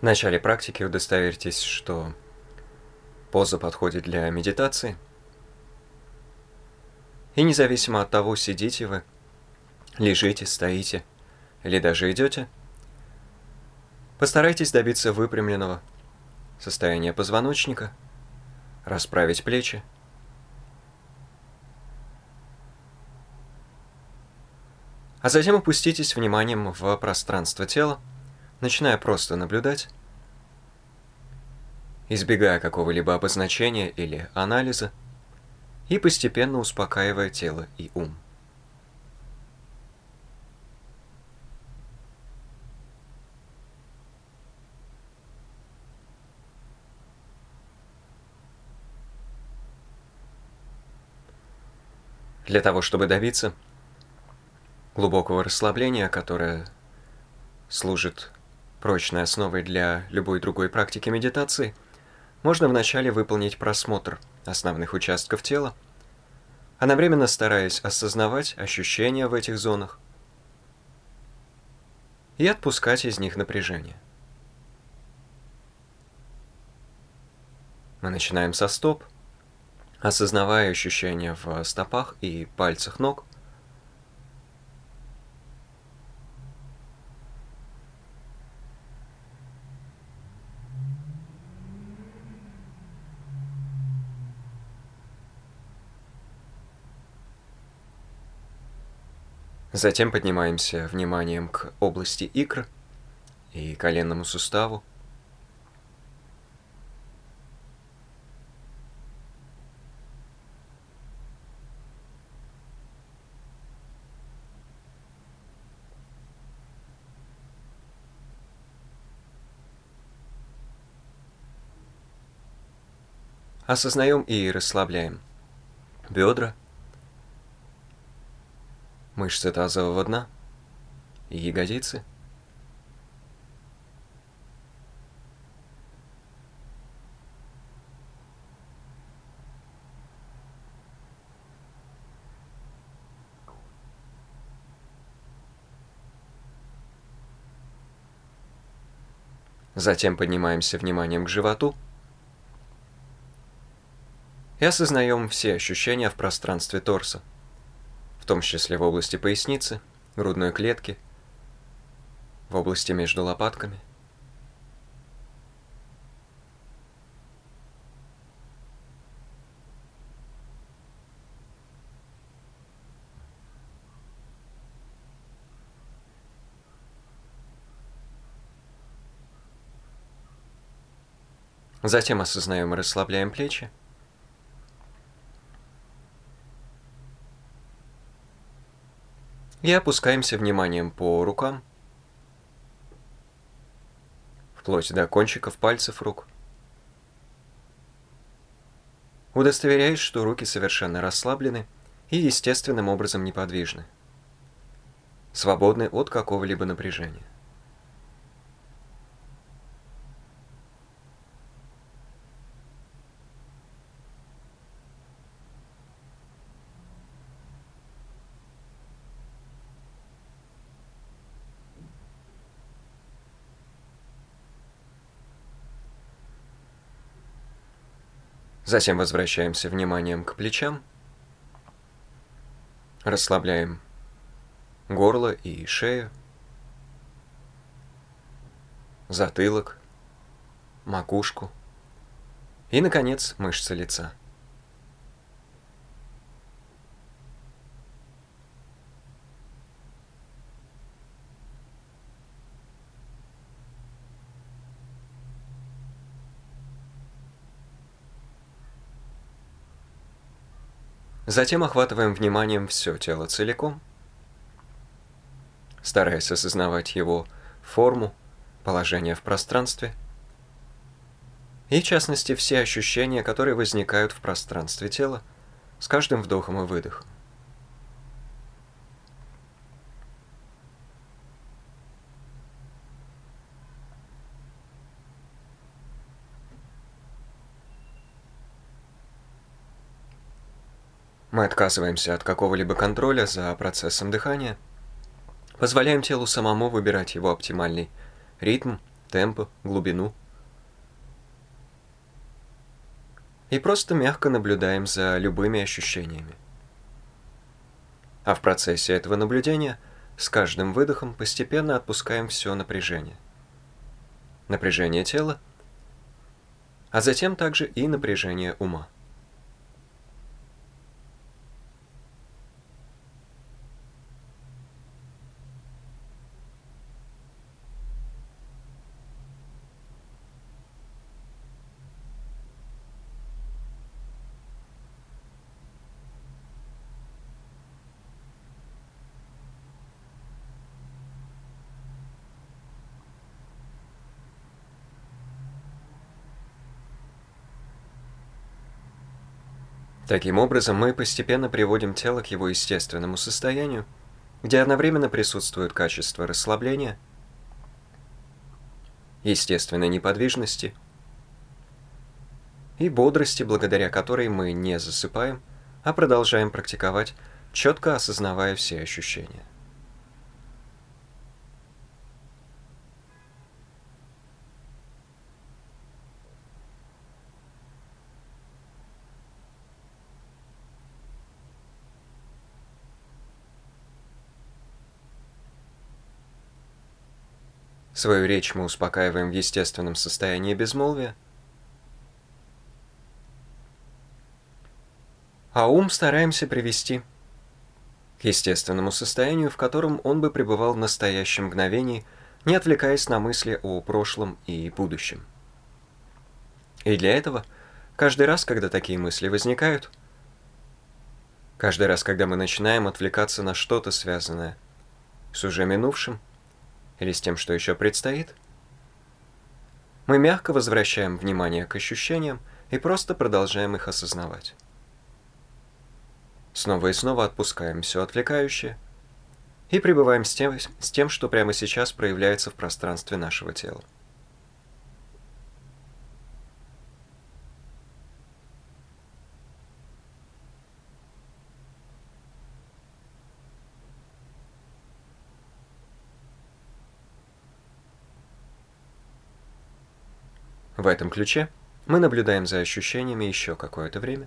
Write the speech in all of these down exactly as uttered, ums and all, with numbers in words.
В начале практики удостоверьтесь, что поза подходит для медитации. И независимо от того, сидите вы, лежите, стоите или даже идете, постарайтесь добиться выпрямленного состояния позвоночника, расправить плечи, а затем опуститесь вниманием в пространство тела, начиная просто наблюдать, избегая какого-либо обозначения или анализа, и постепенно успокаивая тело и ум. Для того, чтобы добиться глубокого расслабления, которое служит прочной основой для любой другой практики медитации, можно вначале выполнить просмотр основных участков тела, одновременно стараясь осознавать ощущения в этих зонах и отпускать из них напряжение. Мы начинаем со стоп, осознавая ощущения в стопах и пальцах ног. Затем поднимаемся вниманием к области икр и коленному суставу. Осознаем и расслабляем бедра, мышцы тазового дна и ягодицы. Затем поднимаемся вниманием к животу и осознаем все ощущения в пространстве торса, в том числе в области поясницы, грудной клетки, в области между лопатками. Затем осознаем и расслабляем плечи. И опускаемся вниманием по рукам, вплоть до кончиков пальцев рук. Удостоверяясь, что руки совершенно расслаблены и естественным образом неподвижны, свободны от какого-либо напряжения. Затем возвращаемся вниманием к плечам, расслабляем горло и шею, затылок, макушку и, наконец, мышцы лица. Затем охватываем вниманием все тело целиком, стараясь осознавать его форму, положение в пространстве и, в частности, все ощущения, которые возникают в пространстве тела с каждым вдохом и выдохом. Мы отказываемся от какого-либо контроля за процессом дыхания, позволяем телу самому выбирать его оптимальный ритм, темп, глубину. И просто мягко наблюдаем за любыми ощущениями. А в процессе этого наблюдения с каждым выдохом постепенно отпускаем все напряжение. Напряжение тела, а затем также и напряжение ума. Таким образом, мы постепенно приводим тело к его естественному состоянию, где одновременно присутствуют качества расслабления, естественной неподвижности и бодрости, благодаря которой мы не засыпаем, а продолжаем практиковать, четко осознавая все ощущения. Свою речь мы успокаиваем в естественном состоянии безмолвия, а ум стараемся привести к естественному состоянию, в котором он бы пребывал в настоящем мгновении, не отвлекаясь на мысли о прошлом и будущем. И для этого, каждый раз, когда такие мысли возникают, каждый раз, когда мы начинаем отвлекаться на что-то, связанное с уже минувшим, или с тем, что еще предстоит, мы мягко возвращаем внимание к ощущениям и просто продолжаем их осознавать. Снова и снова отпускаем все отвлекающее и пребываем с тем, с тем, что прямо сейчас проявляется в пространстве нашего тела. В этом ключе мы наблюдаем за ощущениями еще какое-то время.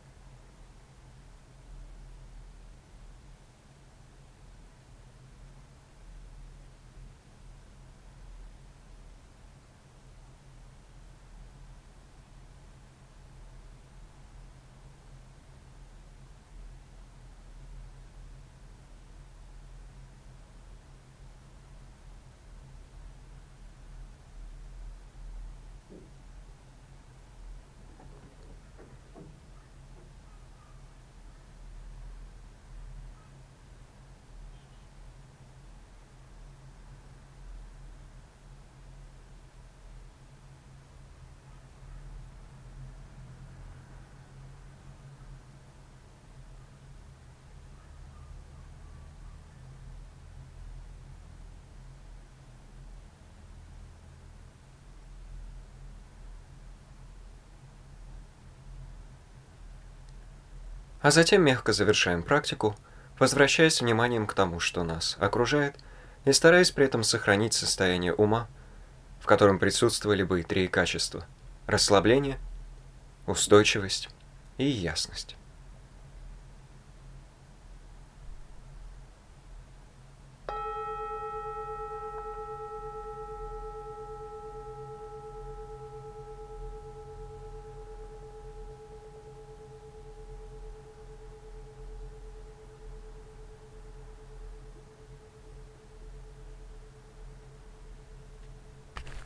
А затем мягко завершаем практику, возвращаясь вниманием к тому, что нас окружает, и стараясь при этом сохранить состояние ума, в котором присутствовали бы три качества – расслабление, устойчивость и ясность.